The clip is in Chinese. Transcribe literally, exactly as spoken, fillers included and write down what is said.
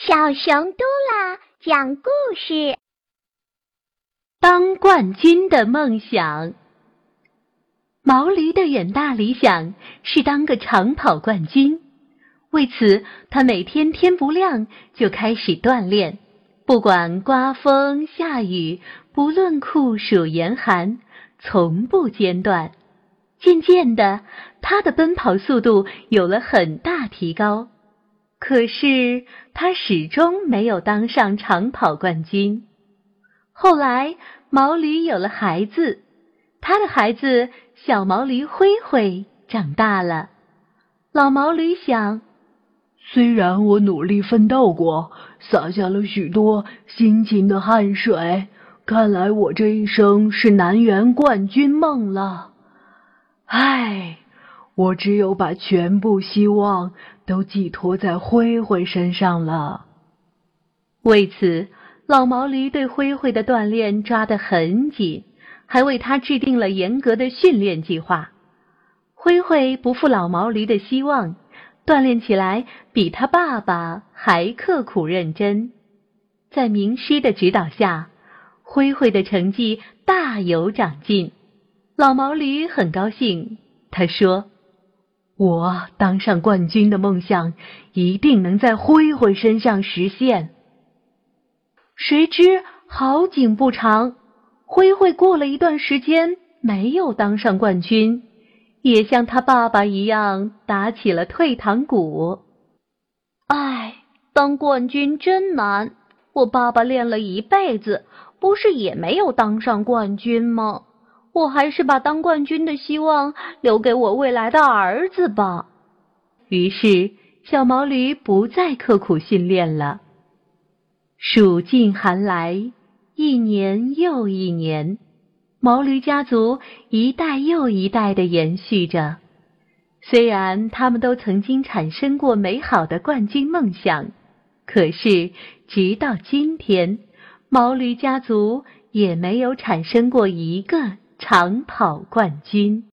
小熊嘟啦讲故事。 当冠军的梦想。毛驴的远大理想是当个长跑冠军，为此他每天天不亮就开始锻炼，不管刮风下雨，不论酷暑严寒，从不间断。渐渐的，他的奔跑速度有了很大提高，可是他始终没有当上长跑冠军。后来毛驴有了孩子，他的孩子小毛驴灰灰长大了。老毛驴想， 虽然我努力奋斗过，洒下了许多辛勤的汗水，看来我这一生是难圆冠军梦了。唉，我只有把全部希望都寄托在灰灰身上了。 为此，老毛驴对灰灰的锻炼抓得很紧，还为他制定了严格的训练计划。灰灰不负老毛驴的希望，锻炼起来比他爸爸还刻苦认真。在名师的指导下，灰灰的成绩大有长进。老毛驴很高兴，他说，我当上冠军的梦想一定能在灰灰身上实现。谁知好景不长，灰灰过了一段时间没有当上冠军，也像他爸爸一样打起了退堂鼓。 唉，当冠军真难，我爸爸练了一辈子，不是也没有当上冠军吗？我还是把当冠军的希望留给我未来的儿子吧。 于是小毛驴不再刻苦训练了。暑尽寒来，一年又一年，毛驴家族一代又一代地延续着。虽然他们都曾经产生过美好的冠军梦想，可是直到今天，毛驴家族也没有产生过一个长跑冠军。